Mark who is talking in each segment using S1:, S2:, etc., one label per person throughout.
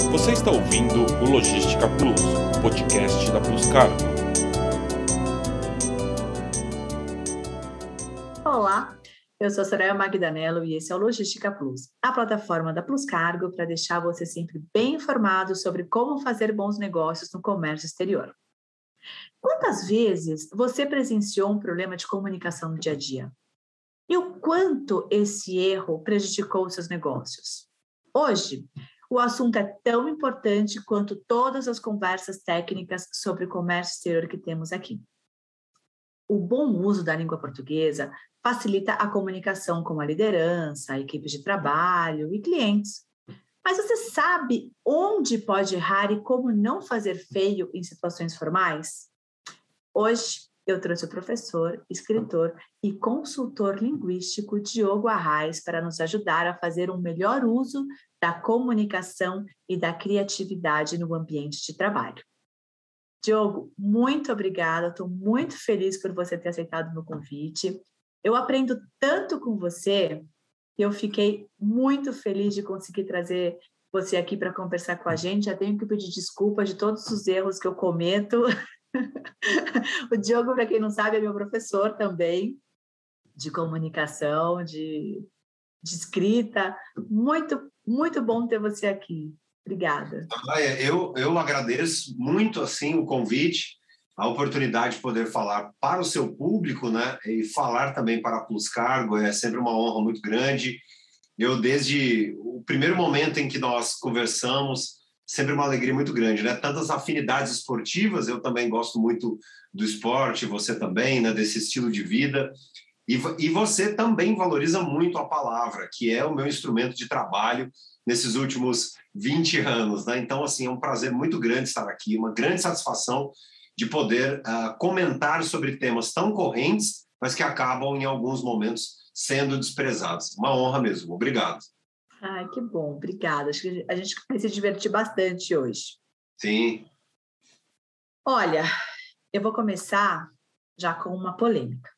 S1: Você está ouvindo o Logística Plus, o podcast da Plus Cargo.
S2: Olá, eu sou a Soraya Magdanello e esse é o Logística Plus, a plataforma da Plus Cargo para deixar você sempre bem informado sobre como fazer bons negócios no comércio exterior. Quantas vezes você presenciou um problema de comunicação no dia a dia? E o quanto esse erro prejudicou os seus negócios? Hoje, o assunto é tão importante quanto todas as conversas técnicas sobre o comércio exterior que temos aqui. O bom uso da língua portuguesa facilita a comunicação com a liderança, a equipe de trabalho e clientes. Mas você sabe onde pode errar e como não fazer feio em situações formais? Hoje, eu trouxe o professor, escritor e consultor linguístico Diogo Arraes para nos ajudar a fazer um melhor uso da comunicação e da criatividade no ambiente de trabalho. Diogo, muito obrigada, estou muito feliz por você ter aceitado o meu convite. Eu aprendo tanto com você que eu fiquei muito feliz de conseguir trazer você aqui para conversar com a gente. Já tenho que pedir desculpa de todos os erros que eu cometo. O Diogo, para quem não sabe, é meu professor também, de comunicação, de escrita. Muito, muito bom ter você aqui. Obrigada.
S3: Eu agradeço muito assim o convite, a oportunidade de poder falar para o seu público, né? E falar também para a Plus Cargo é sempre uma honra muito grande. Eu, desde o primeiro momento em que nós conversamos, sempre uma alegria muito grande, né? Tantas afinidades esportivas, eu também gosto muito do esporte, você também, né? Desse estilo de vida. E você também valoriza muito a palavra, que é o meu instrumento de trabalho nesses últimos 20 anos, né? Então, assim, é um prazer muito grande estar aqui, uma grande satisfação de poder comentar sobre temas tão correntes, mas que acabam, em alguns momentos, sendo desprezados. Uma honra mesmo. Obrigado.
S2: Ai, que bom. Obrigada. Acho que a gente vai se divertir bastante hoje.
S3: Sim.
S2: Olha, eu vou começar já com uma polêmica.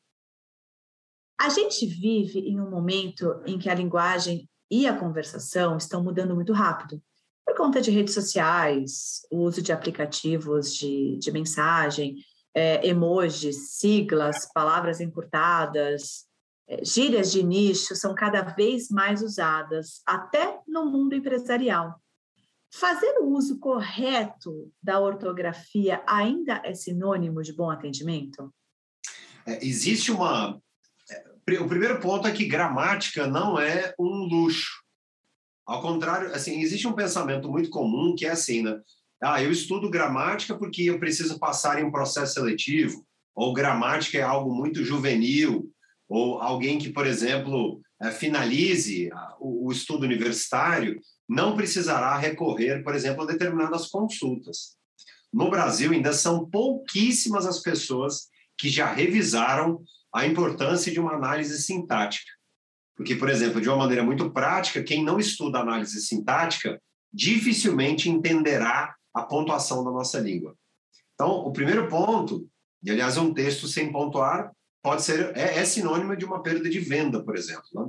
S2: A gente vive em um momento em que a linguagem e a conversação estão mudando muito rápido, por conta de redes sociais, o uso de aplicativos de mensagem, emojis, siglas, palavras encurtadas, gírias de nicho são cada vez mais usadas, até no mundo empresarial. Fazer o uso correto da ortografia ainda é sinônimo de bom atendimento?
S3: Existe uma... O primeiro ponto é que gramática não é um luxo. Ao contrário, assim, existe um pensamento muito comum que é assim, né? Eu estudo gramática porque eu preciso passar em um processo seletivo, ou gramática é algo muito juvenil, ou alguém que, por exemplo, finalize o estudo universitário não precisará recorrer, por exemplo, a determinadas consultas. No Brasil, ainda são pouquíssimas as pessoas que já revisaram a importância de uma análise sintática. Porque, por exemplo, de uma maneira muito prática, quem não estuda análise sintática dificilmente entenderá a pontuação da nossa língua. Então, o primeiro ponto, e aliás um texto sem pontuar, pode ser, é sinônimo de uma perda de venda, por exemplo. Né?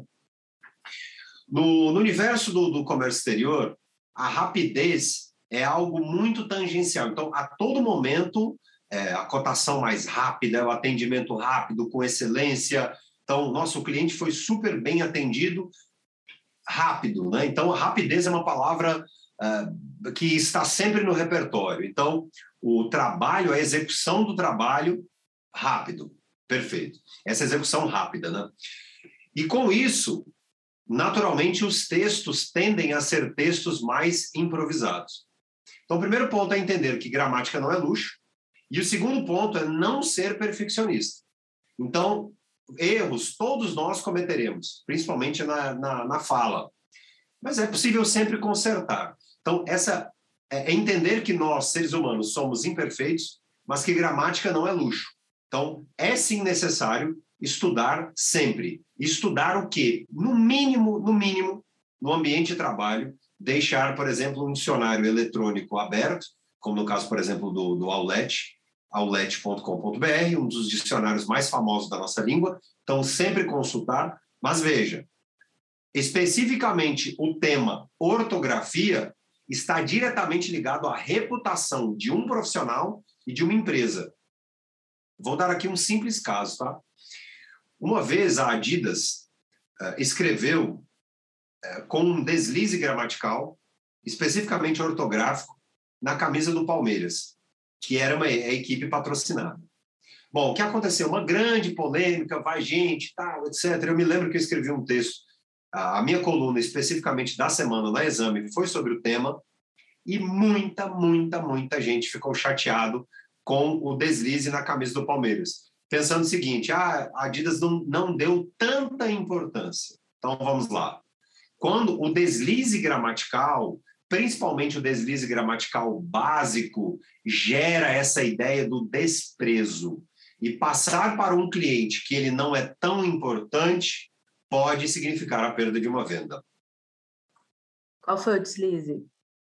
S3: No universo do comércio exterior, a rapidez é algo muito tangencial. Então, a todo momento, a cotação mais rápida, o atendimento rápido, com excelência. Então, nosso cliente foi super bem atendido, rápido, né? Então, a rapidez é uma palavra que está sempre no repertório. Então, o trabalho, a execução do trabalho, rápido, perfeito. Essa execução rápida, né? E com isso, naturalmente, os textos tendem a ser textos mais improvisados. Então, o primeiro ponto é entender que gramática não é luxo. E o segundo ponto é não ser perfeccionista. Então, erros todos nós cometeremos, principalmente na fala. Mas é possível sempre consertar. Então, essa é entender que nós, seres humanos, somos imperfeitos, mas que gramática não é luxo. Então, é sim necessário estudar sempre. Estudar o quê? No mínimo, no ambiente de trabalho, deixar, por exemplo, um dicionário eletrônico aberto, como no caso, por exemplo, do Aulete, aulete.com.br, um dos dicionários mais famosos da nossa língua. Então, sempre consultar. Mas veja, especificamente o tema ortografia, está diretamente ligado à reputação de um profissional e de uma empresa. Vou dar aqui um simples caso, tá? Uma vez a Adidas escreveu com um deslize gramatical, especificamente ortográfico, na camisa do Palmeiras, que era a equipe patrocinada. Bom, o que aconteceu? Uma grande polêmica, vai gente, tal, etc. Eu me lembro que eu escrevi um texto, a minha coluna especificamente da semana na Exame foi sobre o tema, e muita gente ficou chateado com o deslize na camisa do Palmeiras, pensando o seguinte, a Adidas não deu tanta importância. Então, vamos lá. Quando o deslize gramatical, principalmente o deslize gramatical básico, gera essa ideia do desprezo, e passar para um cliente que ele não é tão importante pode significar a perda de uma venda.
S2: Qual foi o deslize?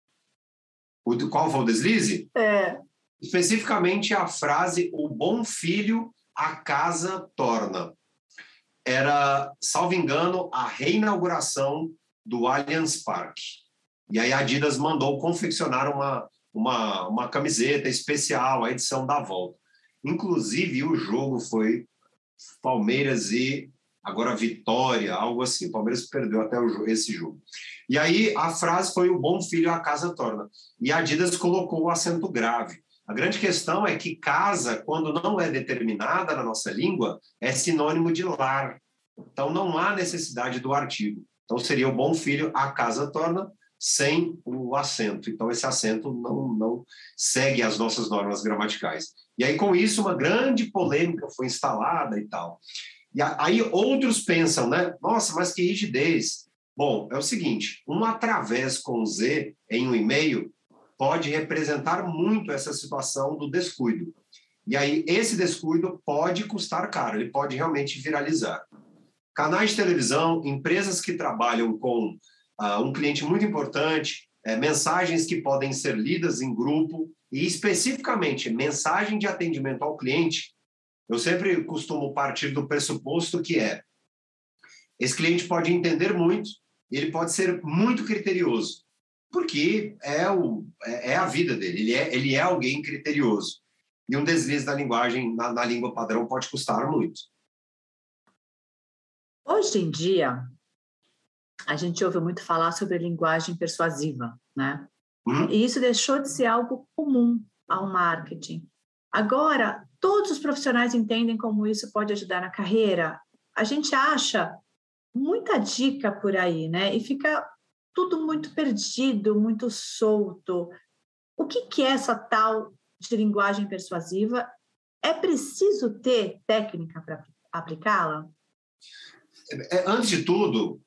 S3: Qual foi o deslize?
S2: É.
S3: Especificamente a frase "o bom filho a casa torna". Era, salvo engano, a reinauguração do Allianz Parque. E aí a Adidas mandou confeccionar uma camiseta especial, a edição da volta. Inclusive, o jogo foi Palmeiras e agora Vitória, algo assim. O Palmeiras perdeu até esse jogo. E aí a frase foi "o bom filho a casa torna". E a Adidas colocou o acento grave. A grande questão é que casa, quando não é determinada na nossa língua, é sinônimo de lar. Então não há necessidade do artigo. Então seria "o bom filho a casa torna", sem o acento. Então esse acento não segue as nossas normas gramaticais. E aí com isso uma grande polêmica foi instalada e tal. E aí outros pensam, né? Nossa, mas que rigidez. Bom, é o seguinte, um através com Z em um e-mail pode representar muito essa situação do descuido. E aí esse descuido pode custar caro, ele pode realmente viralizar. Canais de televisão, empresas que trabalham com um cliente muito importante, mensagens que podem ser lidas em grupo e, especificamente, mensagem de atendimento ao cliente, eu sempre costumo partir do pressuposto que esse cliente pode entender muito, ele pode ser muito criterioso, porque é a vida dele, ele é alguém criterioso. E um deslize da linguagem, na língua padrão, pode custar muito.
S2: Hoje em dia, a gente ouve muito falar sobre linguagem persuasiva, né? E isso deixou de ser algo comum ao marketing. Agora, todos os profissionais entendem como isso pode ajudar na carreira. A gente acha muita dica por aí, né? E fica tudo muito perdido, muito solto. O que é essa tal de linguagem persuasiva? É preciso ter técnica para aplicá-la?
S3: Antes de tudo,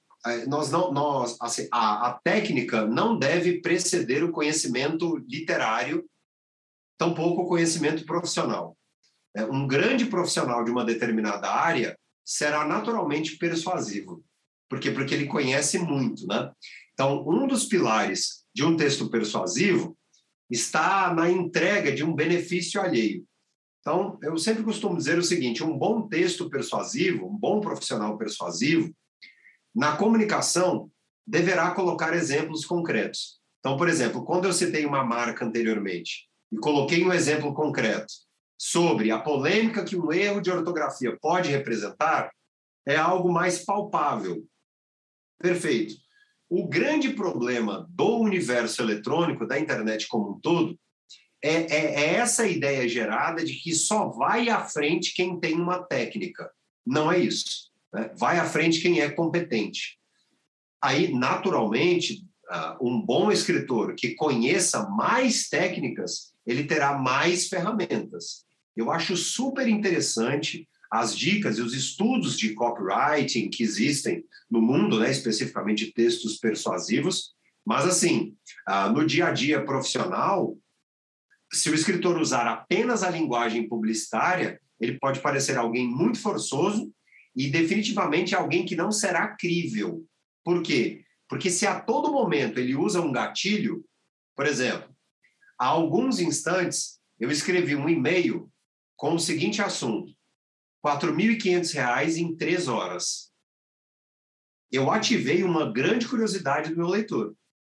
S3: a técnica não deve preceder o conhecimento literário, tampouco o conhecimento profissional. Um grande profissional de uma determinada área será naturalmente persuasivo. Por quê? Porque ele conhece muito, né? Então, um dos pilares de um texto persuasivo está na entrega de um benefício alheio. Então, eu sempre costumo dizer o seguinte, um bom texto persuasivo, um bom profissional persuasivo, na comunicação, deverá colocar exemplos concretos. Então, por exemplo, quando eu citei uma marca anteriormente e coloquei um exemplo concreto sobre a polêmica que um erro de ortografia pode representar, é algo mais palpável. Perfeito. O grande problema do universo eletrônico, da internet como um todo, é essa ideia gerada de que só vai à frente quem tem uma técnica. Não é isso, né? Vai à frente quem é competente. Aí, naturalmente, um bom escritor que conheça mais técnicas, ele terá mais ferramentas. Eu acho super interessante as dicas e os estudos de copywriting que existem no mundo, né, especificamente textos persuasivos, mas, assim, no dia a dia profissional, se o escritor usar apenas a linguagem publicitária, ele pode parecer alguém muito forçoso e definitivamente alguém que não será crível. Por quê? Porque se a todo momento ele usa um gatilho, por exemplo, há alguns instantes eu escrevi um e-mail com o seguinte assunto: R$ 4.500 em 3 horas. Eu ativei uma grande curiosidade do meu leitor.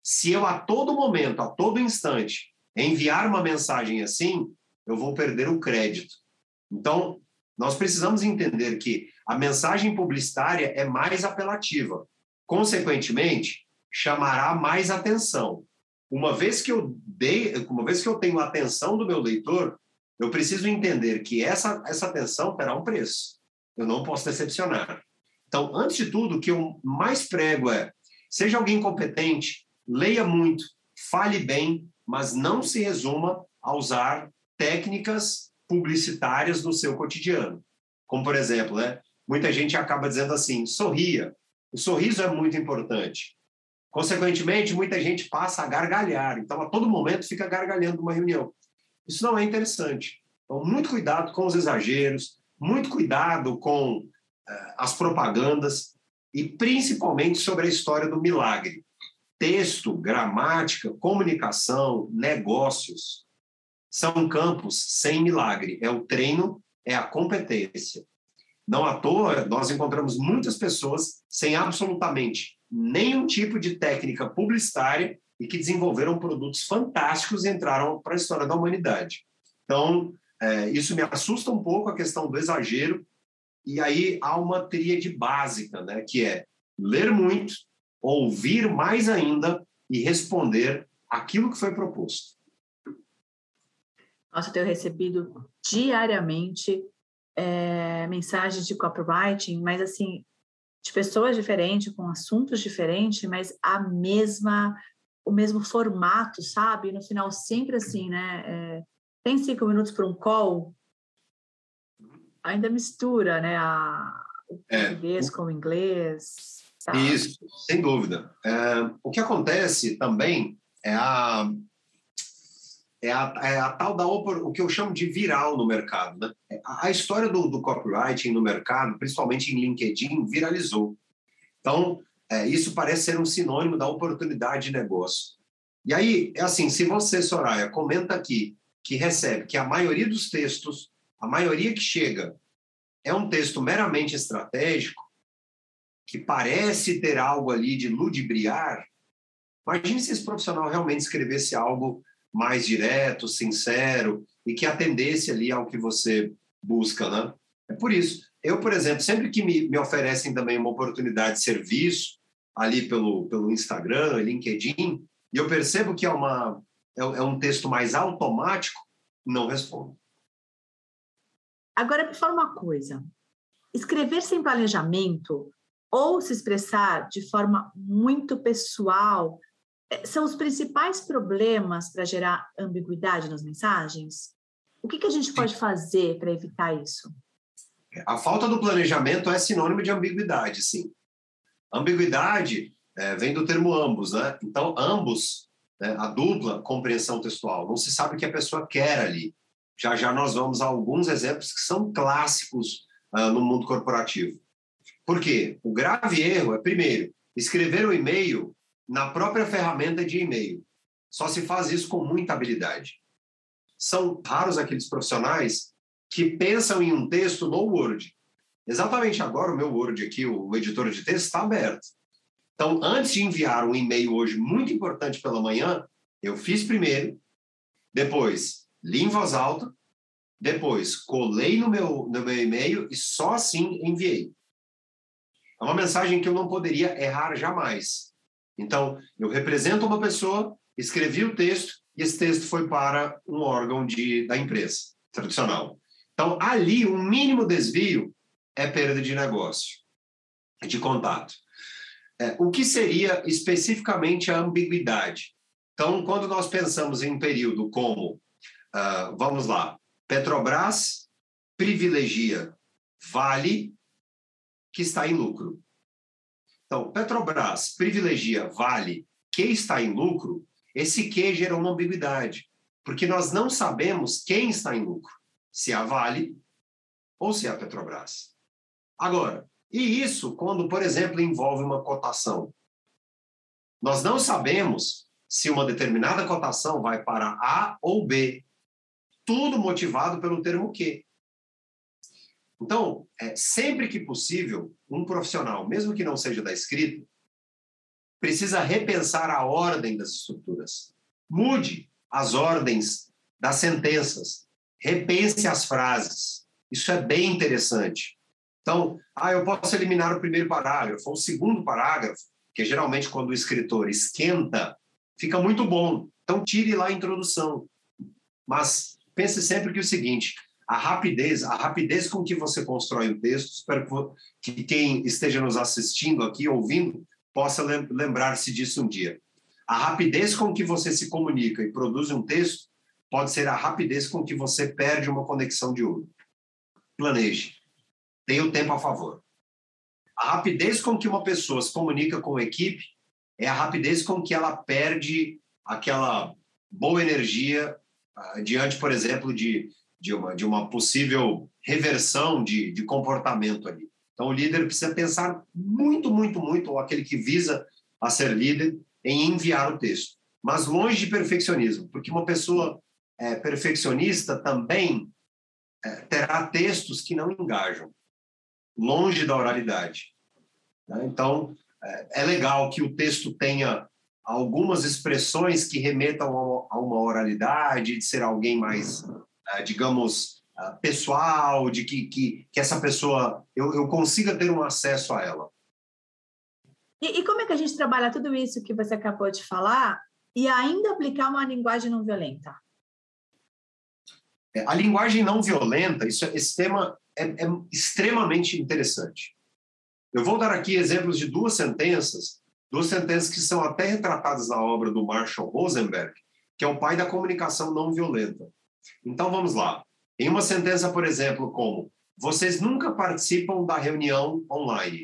S3: Se eu, a todo momento, a todo instante, enviar uma mensagem assim, eu vou perder o crédito. Então, nós precisamos entender que a mensagem publicitária é mais apelativa. Consequentemente, chamará mais atenção. Uma vez que eu tenho a atenção do meu leitor, eu preciso entender que essa atenção terá um preço. Eu não posso decepcionar. Então, antes de tudo, o que eu mais prego é: seja alguém competente, leia muito, fale bem, mas não se resuma a usar técnicas publicitárias no seu cotidiano. Como, por exemplo, muita gente acaba dizendo assim: sorria. O sorriso é muito importante. Consequentemente, muita gente passa a gargalhar. Então, a todo momento, fica gargalhando numa reunião. Isso não é interessante. Então, muito cuidado com os exageros, muito cuidado com as propagandas e, principalmente, sobre a história do milagre. Texto, gramática, comunicação, negócios são campos sem milagre. É o treino, é a competência. Não à toa, nós encontramos muitas pessoas sem absolutamente nenhum tipo de técnica publicitária e que desenvolveram produtos fantásticos e entraram para a história da humanidade. Então, isso me assusta um pouco, a questão do exagero. E aí há uma tríade básica, que é ler muito, ouvir mais ainda e responder aquilo que foi proposto.
S2: Nossa, eu tenho recebido diariamente mensagens de copywriting, mas assim, de pessoas diferentes, com assuntos diferentes, mas o mesmo formato, sabe? No final, sempre assim, né? Tem 5 minutos para um call, ainda mistura, né? O português com o inglês. Tá?
S3: Isso, sem dúvida. O que acontece também é a tal da o que eu chamo de viral no mercado, né? A história do copywriting no mercado, principalmente em LinkedIn, viralizou. Então, isso parece ser um sinônimo da oportunidade de negócio. E aí, assim, se você, Soraya, comenta aqui que recebe que a maioria dos textos, a maioria que chega, é um texto meramente estratégico, que parece ter algo ali de ludibriar, imagine se esse profissional realmente escrevesse algo mais direto, sincero e que atendesse ali ao que você busca, né? É por isso. Eu, por exemplo, sempre que me oferecem também uma oportunidade de serviço ali pelo Instagram, LinkedIn, e eu percebo que é um texto mais automático, não respondo.
S2: Agora, me fala uma coisa. Escrever sem planejamento ou se expressar de forma muito pessoal são os principais problemas para gerar ambiguidade nas mensagens? O que a gente pode fazer para evitar isso?
S3: A falta do planejamento é sinônimo de ambiguidade, sim. Ambiguidade vem do termo ambos, né? Então, ambos, a dupla compreensão textual, não se sabe o que a pessoa quer ali. Já nós vamos a alguns exemplos que são clássicos no mundo corporativo. Por quê? O grave erro é, primeiro, escrever o e-mail na própria ferramenta de e-mail. Só se faz isso com muita habilidade. São raros aqueles profissionais que pensam em um texto no Word. Exatamente agora o meu Word aqui, o editor de texto, está aberto. Então, antes de enviar um e-mail hoje muito importante pela manhã, eu fiz primeiro, depois li em voz alta, depois colei no meu e-mail e só assim enviei. É uma mensagem que eu não poderia errar jamais. Então, eu represento uma pessoa, escrevi o texto e esse texto foi para um órgão da empresa tradicional. Então, ali, um mínimo desvio é perda de negócio, de contato. O que seria especificamente a ambiguidade? Então, quando nós pensamos em um período como, vamos lá, Petrobras privilegia Vale, que está em lucro. Então, Petrobras privilegia Vale, que está em lucro, esse que gera uma ambiguidade, porque nós não sabemos quem está em lucro, se é a Vale ou se é a Petrobras. Agora, e isso quando, por exemplo, envolve uma cotação? Nós não sabemos se uma determinada cotação vai para A ou B, tudo motivado pelo termo que. Então, sempre que possível, um profissional, mesmo que não seja da escrita, precisa repensar a ordem das estruturas. Mude as ordens das sentenças. Repense as frases. Isso é bem interessante. Então, eu posso eliminar o primeiro parágrafo, ou o segundo parágrafo, que geralmente quando o escritor esquenta, fica muito bom. Então, tire lá a introdução. Mas pense sempre que é o seguinte, a rapidez com que você constrói o texto, espero que quem esteja nos assistindo aqui, ouvindo, possa lembrar-se disso um dia. A rapidez com que você se comunica e produz um texto pode ser a rapidez com que você perde uma conexão de ouro. Planeje. Tenha o tempo a favor. A rapidez com que uma pessoa se comunica com a equipe é a rapidez com que ela perde aquela boa energia diante, por exemplo, de uma possível reversão de comportamento ali. Então, o líder precisa pensar muito, muito, muito, ou aquele que visa a ser líder, em enviar o texto. Mas longe de perfeccionismo, porque uma pessoa perfeccionista também terá textos que não engajam, longe da oralidade. Né? Então, é legal que o texto tenha algumas expressões que remetam a uma oralidade, de ser alguém mais, digamos, pessoal, de que essa pessoa, eu consiga ter um acesso a ela.
S2: E como é que a gente trabalha tudo isso que você acabou de falar e ainda aplicar uma linguagem não violenta?
S3: A linguagem não violenta, esse tema é extremamente interessante. Eu vou dar aqui exemplos de duas sentenças que são até retratadas na obra do Marshall Rosenberg, que é o pai da comunicação não violenta. Então, vamos lá. Em uma sentença, por exemplo, como: vocês nunca participam da reunião online.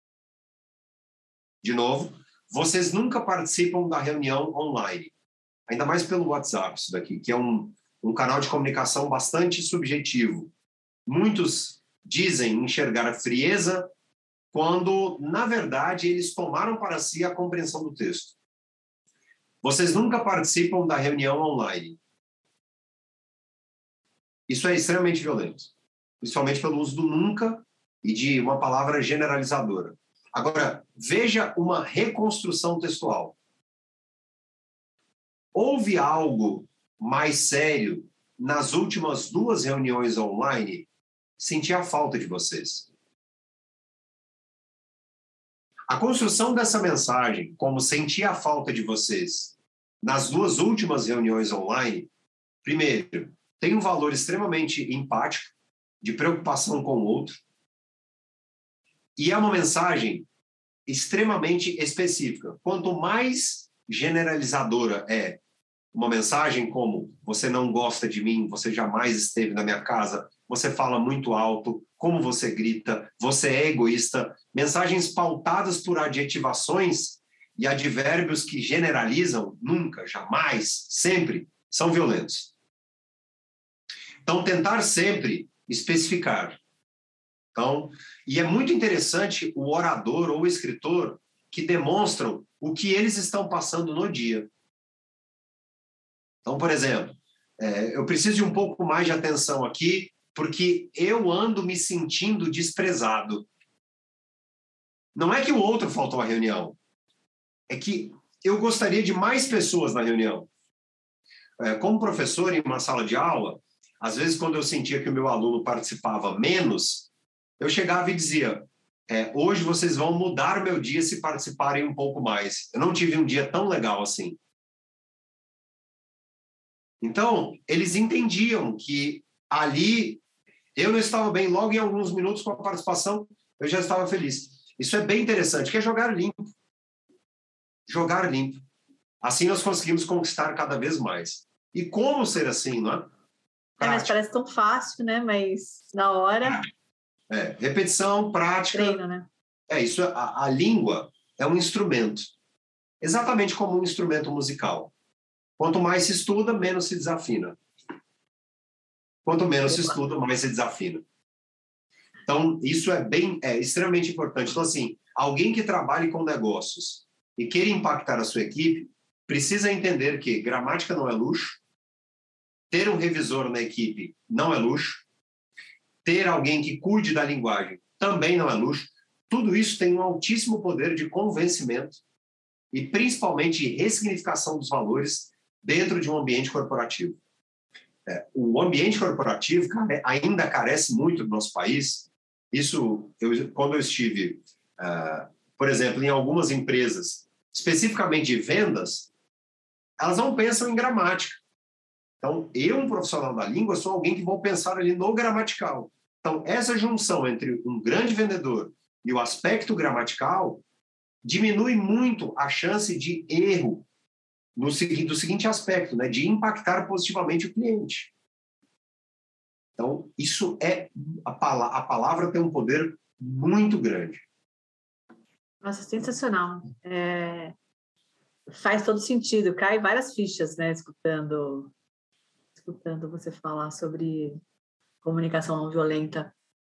S3: De novo, vocês nunca participam da reunião online. Ainda mais pelo WhatsApp, isso daqui, que é um canal de comunicação bastante subjetivo. Muitos dizem enxergar a frieza quando, na verdade, eles tomaram para si a compreensão do texto. Vocês nunca participam da reunião online. Isso é extremamente violento, principalmente pelo uso do nunca e de uma palavra generalizadora. Agora, veja uma reconstrução textual. Houve algo mais sério nas últimas 2 reuniões online? Senti a falta de vocês. A construção dessa mensagem, como senti a falta de vocês, nas 2 últimas reuniões online, primeiro, tem um valor extremamente empático, de preocupação com o outro, e é uma mensagem extremamente específica. Quanto mais generalizadora é uma mensagem como: você não gosta de mim, você jamais esteve na minha casa, você fala muito alto, como você grita, você é egoísta, mensagens pautadas por adjetivações e advérbios que generalizam, nunca, jamais, sempre, são violentos. Então, tentar sempre especificar. Então, e é muito interessante o orador ou o escritor que demonstram o que eles estão passando no dia. Então, por exemplo, eu preciso de um pouco mais de atenção aqui, porque eu ando me sentindo desprezado. Não é que o outro faltou à reunião, é que eu gostaria de mais pessoas na reunião. Como professor em uma sala de aula, às vezes, quando eu sentia que o meu aluno participava menos, eu chegava e dizia: hoje vocês vão mudar o meu dia se participarem um pouco mais. Eu não tive um dia tão legal assim. Então, eles entendiam que ali eu não estava bem. Logo em alguns minutos com a participação, eu já estava feliz. Isso é bem interessante, que é jogar limpo. Jogar limpo. Assim nós conseguimos conquistar cada vez mais. E como ser assim, não é?
S2: Mas parece tão fácil, né? Mas na hora...
S3: repetição, prática.
S2: Treino, né?
S3: Isso, a língua é um instrumento. Exatamente como um instrumento musical. Quanto mais se estuda, menos se desafina. Quanto menos se estuda, mais se desafina. Então, isso é extremamente importante. Então, assim, alguém que trabalhe com negócios e queira impactar a sua equipe, precisa entender que gramática não é luxo, ter um revisor na equipe não é luxo, ter alguém que cuide da linguagem também não é luxo. Tudo isso tem um altíssimo poder de convencimento e principalmente ressignificação dos valores dentro de um ambiente corporativo. O ambiente corporativo ainda carece muito do nosso país. Isso, quando eu estive, por exemplo, em algumas empresas, especificamente de vendas, elas não pensam em gramática. Então, eu, um profissional da língua, sou alguém que vou pensar ali no gramatical. Então, essa junção entre um grande vendedor e o aspecto gramatical diminui muito a chance de erro do seguinte aspecto, né, de impactar positivamente o cliente. Então, isso a palavra tem um poder muito grande.
S2: Nossa, sensacional. Faz todo sentido, cai várias fichas, né, escutando você falar sobre comunicação não violenta.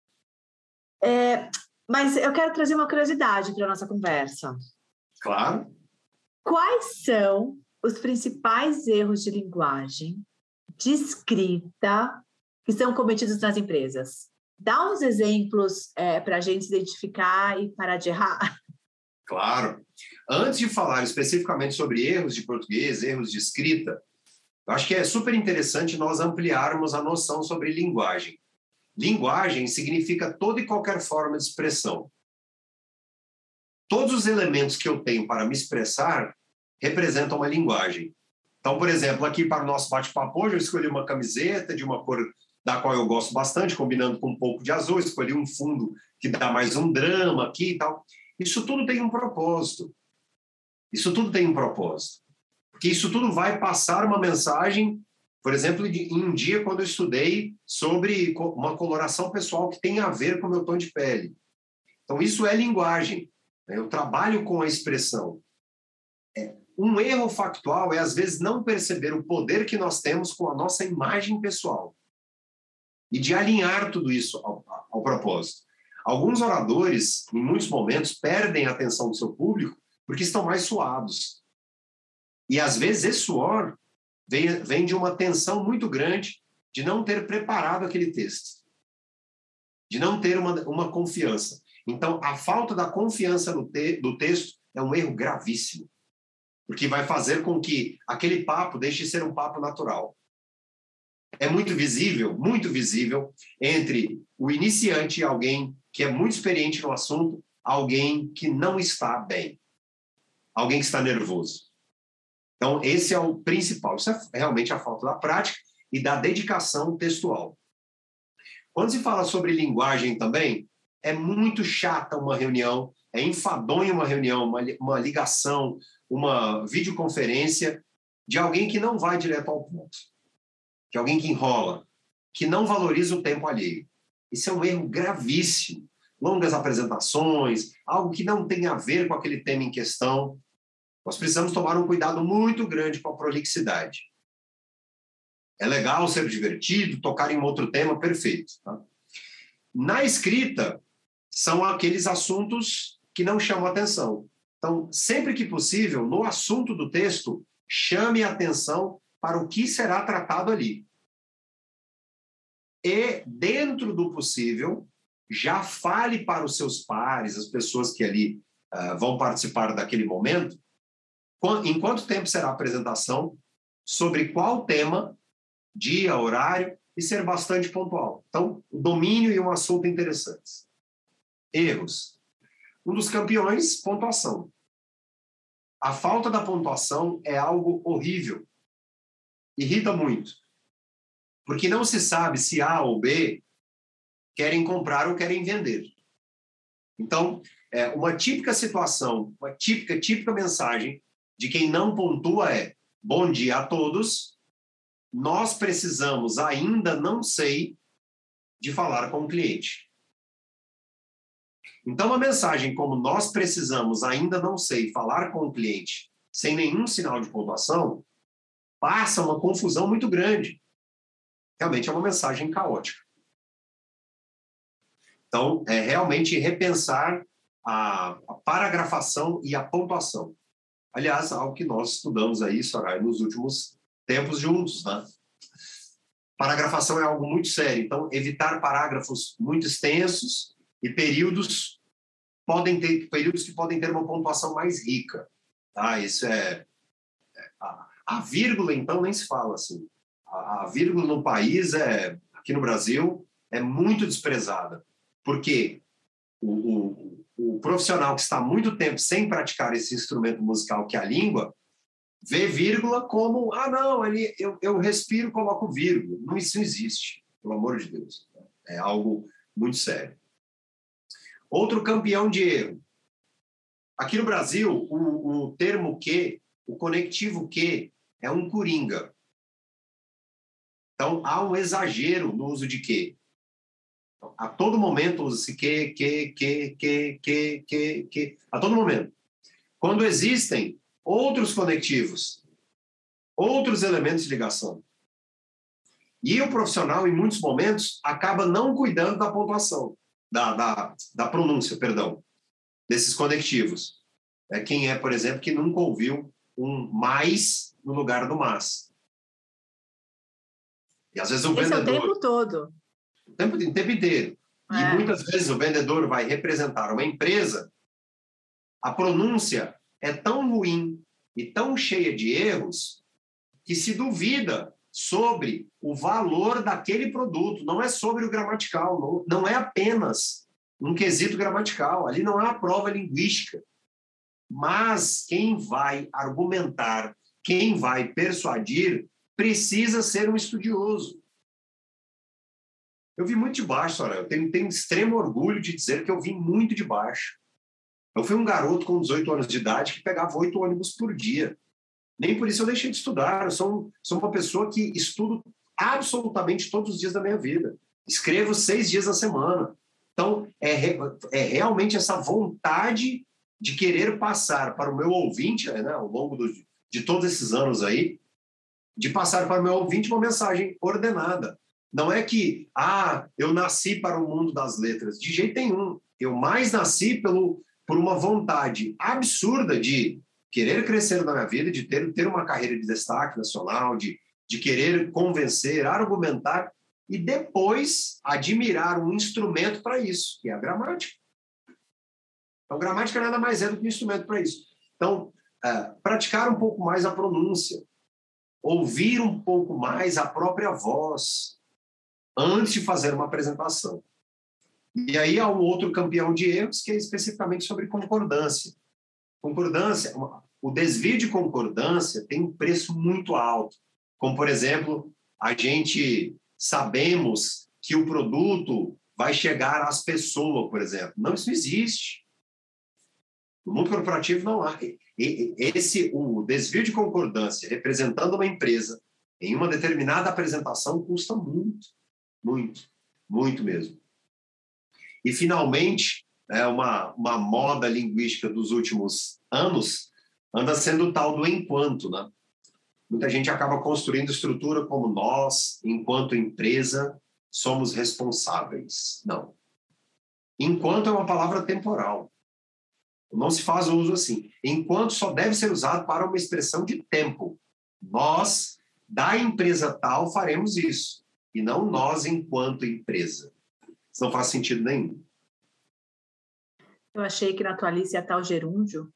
S2: Mas eu quero trazer uma curiosidade para a nossa conversa.
S3: Claro.
S2: Quais são os principais erros de linguagem, de escrita, que são cometidos nas empresas? Dá uns exemplos para a gente se identificar e parar de errar.
S3: Claro. Antes de falar especificamente sobre erros de português, erros de escrita, eu acho que é super interessante nós ampliarmos a noção sobre linguagem. Linguagem significa toda e qualquer forma de expressão. Todos os elementos que eu tenho para me expressar representam uma linguagem. Então, por exemplo, aqui para o nosso bate-papo hoje, eu escolhi uma camiseta de uma cor da qual eu gosto bastante, combinando com um pouco de azul, escolhi um fundo que dá mais um drama aqui e tal. Isso tudo tem um propósito. Isso tudo tem um propósito. Porque isso tudo vai passar uma mensagem, por exemplo, em um dia quando eu estudei sobre uma coloração pessoal que tem a ver com o meu tom de pele. Então, isso é linguagem. Eu trabalho com a expressão. Um erro factual é, às vezes, não perceber o poder que nós temos com a nossa imagem pessoal e de alinhar tudo isso ao propósito. Alguns oradores, em muitos momentos, perdem a atenção do seu público porque estão mais suados. E, às vezes, esse suor vem de uma tensão muito grande de não ter preparado aquele texto, de não ter uma confiança. Então, a falta da confiança do texto é um erro gravíssimo, porque vai fazer com que aquele papo deixe de ser um papo natural. É muito visível entre o iniciante e alguém que é muito experiente no assunto, alguém que não está bem, alguém que está nervoso. Então, esse é o principal. Isso é realmente a falta da prática e da dedicação textual. Quando se fala sobre linguagem também, é muito chata uma reunião, é enfadonha uma reunião, uma ligação, uma videoconferência de alguém que não vai direto ao ponto, de alguém que enrola, que não valoriza o tempo alheio. Isso é um erro gravíssimo. Longas apresentações, algo que não tem a ver com aquele tema em questão. Nós precisamos tomar um cuidado muito grande com a prolixidade. É legal ser divertido, tocar em um outro tema, perfeito. Tá? Na escrita, são aqueles assuntos que não chamam atenção. Então, sempre que possível, no assunto do texto, chame a atenção para o que será tratado ali. E, dentro do possível, já fale para os seus pares, as pessoas que ali vão participar daquele momento, em quanto tempo será a apresentação, sobre qual tema, dia, horário, e ser bastante pontual. Então, o domínio e um assunto interessantes. Erros. Um dos campeões, pontuação. A falta da pontuação é algo horrível. Irrita muito. Porque não se sabe se A ou B querem comprar ou querem vender. Então, uma típica situação, uma típica mensagem de quem não pontua é: bom dia a todos, nós precisamos, ainda não sei, de falar com o cliente. Então, uma mensagem como nós precisamos, ainda não sei, falar com o cliente, sem nenhum sinal de pontuação, passa uma confusão muito grande. Realmente é uma mensagem caótica. Então, é realmente repensar a paragrafação e a pontuação. Aliás, algo que nós estudamos aí, Soraya, nos últimos tempos juntos, né? Paragrafação é algo muito sério. Então, evitar parágrafos muito extensos e períodos que podem ter uma pontuação mais rica. Isso é... A vírgula, então, nem se fala assim. A vírgula no país, aqui no Brasil, é muito desprezada. Porque o profissional que está há muito tempo sem praticar esse instrumento musical que é a língua, vê vírgula como, não, eu respiro e coloco vírgula. Não, isso não existe, pelo amor de Deus. É algo muito sério. Outro campeão de erro. Aqui no Brasil, o termo que, o conectivo que, é um coringa. Então, há um exagero no uso de que. A todo momento usa-se que. A todo momento. Quando existem outros conectivos, outros elementos de ligação. E o profissional, em muitos momentos, acaba não cuidando da pontuação, da pronúncia, perdão, desses conectivos. Quem por exemplo, que nunca ouviu um mais no lugar do mas. E às vezes o vendedor...
S2: é o tempo todo.
S3: O tempo inteiro. E muitas vezes o vendedor vai representar uma empresa, a pronúncia é tão ruim e tão cheia de erros que se duvida sobre o valor daquele produto. Não é sobre o gramatical, não é apenas um quesito gramatical. Ali não há prova linguística. Mas quem vai argumentar, quem vai persuadir, precisa ser um estudioso. Eu vim muito de baixo, Soraya. Eu tenho extremo orgulho de dizer que eu vim muito de baixo. Eu fui um garoto com 18 anos de idade que pegava 8 ônibus por dia. Nem por isso eu deixei de estudar. Eu sou uma pessoa que estudo absolutamente todos os dias da minha vida. Escrevo 6 dias na semana. Então, é realmente essa vontade de querer passar para o meu ouvinte, ao longo de todos esses anos aí, de passar para o meu ouvinte uma mensagem ordenada. Não é que, eu nasci para o mundo das letras. De jeito nenhum. Eu mais nasci por uma vontade absurda de querer crescer na minha vida, de ter uma carreira de destaque nacional, de querer convencer, argumentar e depois admirar um instrumento para isso, que é a gramática. Então, gramática nada mais é do que um instrumento para isso. Então, praticar um pouco mais a pronúncia, ouvir um pouco mais a própria voz antes de fazer uma apresentação. E aí há um outro campeão de erros que é especificamente sobre concordância. Concordância, o desvio de concordância tem um preço muito alto. Como, por exemplo, a gente sabemos que o produto vai chegar às pessoas, por exemplo. Não, isso não existe. No mundo corporativo não há. O desvio de concordância representando uma empresa em uma determinada apresentação custa muito, muito, muito mesmo. E, finalmente, uma moda linguística dos últimos anos anda sendo o tal do enquanto, né? Muita gente acaba construindo estrutura como nós, enquanto empresa, somos responsáveis. Não. Enquanto é uma palavra temporal. Não se faz o uso assim. Enquanto só deve ser usado para uma expressão de tempo. Nós, da empresa tal, faremos isso. E não nós enquanto empresa. Isso não faz sentido nenhum.
S2: Eu achei que na tua lista ia estar o gerúndio.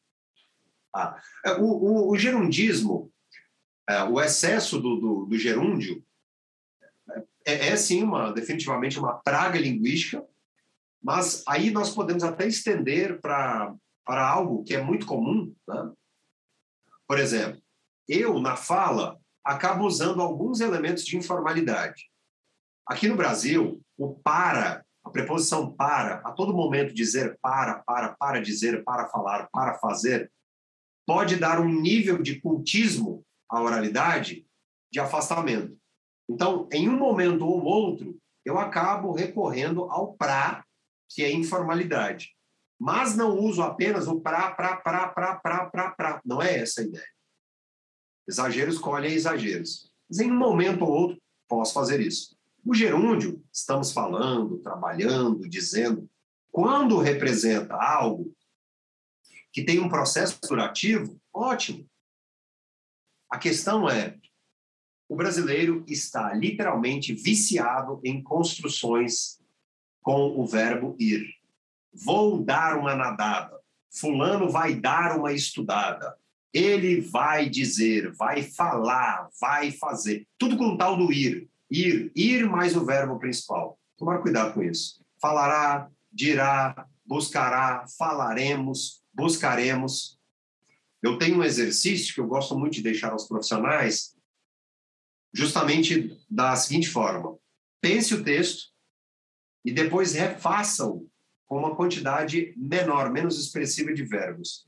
S3: O gerundismo, o excesso do gerúndio, sim, definitivamente uma praga linguística, mas aí nós podemos até estender para algo que é muito comum, né? Por exemplo, eu, na fala, acabo usando alguns elementos de informalidade. Aqui no Brasil, a preposição para, a todo momento dizer para dizer, para falar, para fazer, pode dar um nível de cultismo à oralidade de afastamento. Então, em um momento ou outro, eu acabo recorrendo ao pra, que é informalidade. Mas não uso apenas o pra. Não é essa a ideia. Exageros colhem exageros. Mas em um momento ou outro, posso fazer isso. O gerúndio, estamos falando, trabalhando, dizendo, quando representa algo que tem um processo durativo, ótimo. A questão é, o brasileiro está literalmente viciado em construções com o verbo ir. Vou dar uma nadada. Fulano vai dar uma estudada. Ele vai dizer, vai falar, vai fazer. Tudo com o tal do ir. Ir mais o verbo principal. Tomar cuidado com isso. Falará, dirá, buscará, falaremos, buscaremos. Eu tenho um exercício que eu gosto muito de deixar aos profissionais, justamente da seguinte forma. Pense o texto e depois refaça-o com uma quantidade menor, menos expressiva de verbos.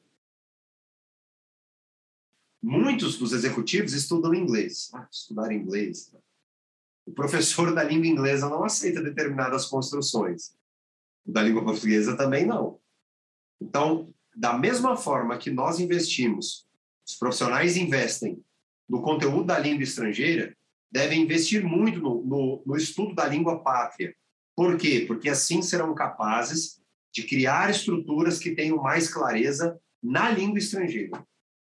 S3: Muitos dos executivos estudam inglês. Estudar inglês. O professor da língua inglesa não aceita determinadas construções. O da língua portuguesa também não. Então, da mesma forma que nós investimos, os profissionais investem no conteúdo da língua estrangeira, devem investir muito no estudo da língua pátria. Por quê? Porque assim serão capazes de criar estruturas que tenham mais clareza na língua estrangeira.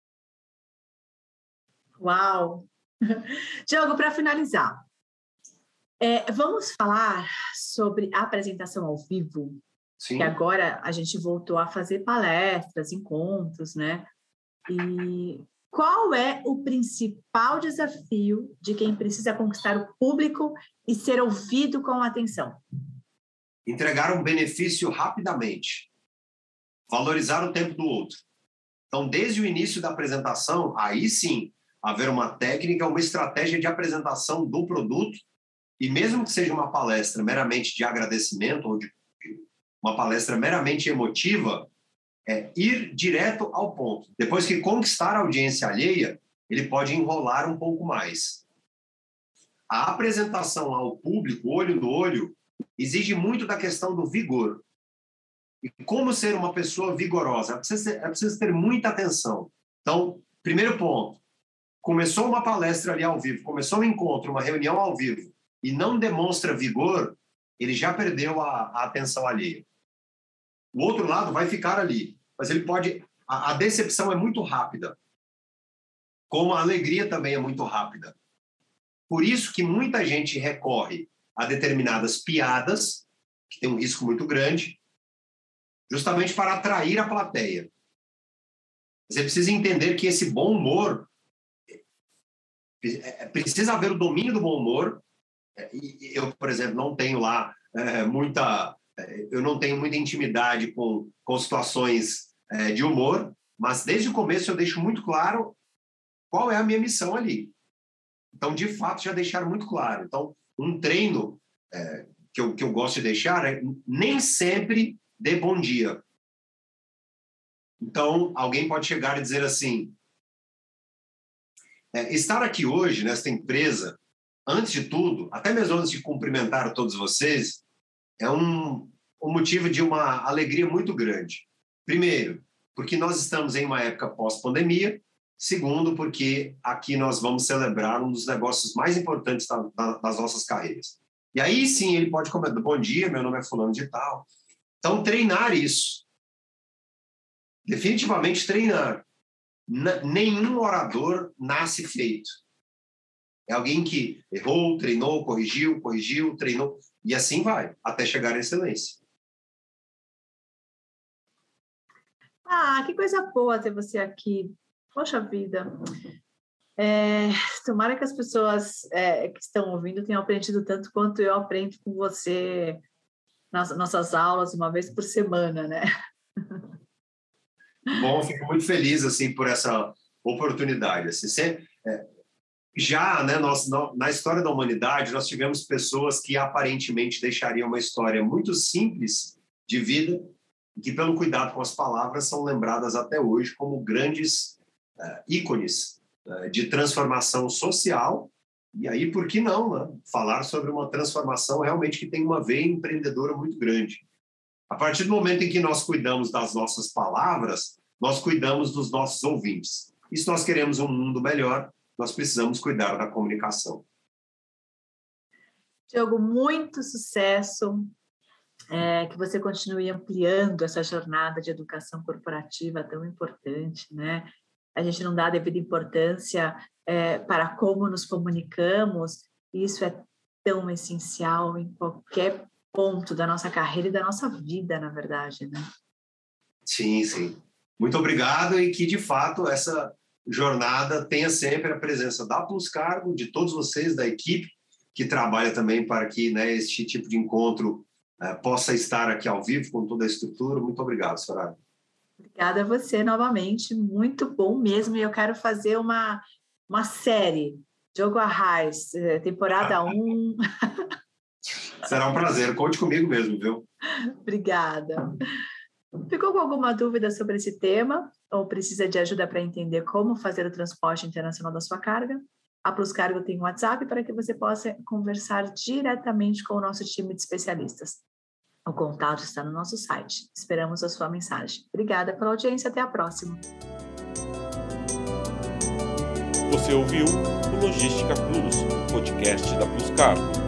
S2: Uau! Diogo, para finalizar, vamos falar sobre a apresentação ao vivo.
S3: Sim.
S2: Que agora a gente voltou a fazer palestras, encontros, né? E qual é o principal desafio de quem precisa conquistar o público e ser ouvido com atenção?
S3: Entregar um benefício rapidamente. Valorizar o tempo do outro. Então, desde o início da apresentação, aí sim, haver uma técnica, uma estratégia de apresentação do produto, e mesmo que seja uma palestra meramente de agradecimento ou de uma palestra meramente emotiva, ir direto ao ponto. Depois que conquistar a audiência alheia, ele pode enrolar um pouco mais. A apresentação ao público, olho no olho, exige muito da questão do vigor. E como ser uma pessoa vigorosa? É preciso ter muita atenção. Então, primeiro ponto, começou uma palestra ali ao vivo, começou um encontro, uma reunião ao vivo, e não demonstra vigor, ele já perdeu a atenção alheia. O outro lado vai ficar ali, mas ele pode... A decepção é muito rápida, como a alegria também é muito rápida. Por isso que muita gente recorre a determinadas piadas, que tem um risco muito grande, justamente para atrair a plateia. Você precisa entender que esse bom humor... Precisa haver o domínio do bom humor. Eu, por exemplo, não tenho lá eu não tenho muita intimidade com situações de humor, mas desde o começo eu deixo muito claro qual é a minha missão ali. Então, de fato, já deixaram muito claro. Então, um treino que eu gosto de deixar é nem sempre dê bom dia. Então, alguém pode chegar e dizer assim, estar aqui hoje, nesta empresa, antes de tudo, até mesmo antes de cumprimentar a todos vocês, é um motivo de uma alegria muito grande. Primeiro, porque nós estamos em uma época pós-pandemia. Segundo, porque aqui nós vamos celebrar um dos negócios mais importantes das nossas carreiras. E aí sim ele pode comentar, bom dia, meu nome é fulano de tal. Então, treinar isso. Definitivamente treinar. Nenhum orador nasce feito. É alguém que errou, treinou, corrigiu, treinou, e assim vai, até chegar à excelência.
S2: Que coisa boa ter você aqui. Poxa vida. Tomara que as pessoas que estão ouvindo tenham aprendido tanto quanto eu aprendo com você nas nossas aulas, uma vez por semana, né?
S3: Bom, fico muito feliz assim, por essa oportunidade. Assim, já, né, na história da humanidade, nós tivemos pessoas que aparentemente deixariam uma história muito simples de vida, que pelo cuidado com as palavras são lembradas até hoje como grandes ícones de transformação social. E aí, por que não, né? Falar sobre uma transformação realmente que tem uma veia empreendedora muito grande. A partir do momento em que nós cuidamos das nossas palavras, nós cuidamos dos nossos ouvintes. E se nós queremos um mundo melhor, nós precisamos cuidar da comunicação.
S2: Diogo, muito sucesso, que você continue ampliando essa jornada de educação corporativa tão importante, né? A gente não dá a devida importância para como nos comunicamos, e isso é tão essencial em qualquer ponto da nossa carreira e da nossa vida, na verdade, né?
S3: Sim, sim. Muito obrigado, e que, de fato, jornada tenha sempre a presença da Plus Cargo, de todos vocês, da equipe, que trabalha também para que, né, este tipo de encontro possa estar aqui ao vivo, com toda a estrutura. Muito obrigado, Soraya.
S2: Obrigada a você novamente, muito bom mesmo. E eu quero fazer uma série, Diogo Arraes, temporada 1.
S3: Será um prazer, conte comigo mesmo, viu?
S2: Obrigada. Ficou com alguma dúvida sobre esse tema ou precisa de ajuda para entender como fazer o transporte internacional da sua carga? A Plus Cargo tem um WhatsApp para que você possa conversar diretamente com o nosso time de especialistas. O contato está no nosso site. Esperamos a sua mensagem. Obrigada pela audiência. Até a próxima.
S1: Você ouviu o Logística Plus, podcast da Plus Cargo.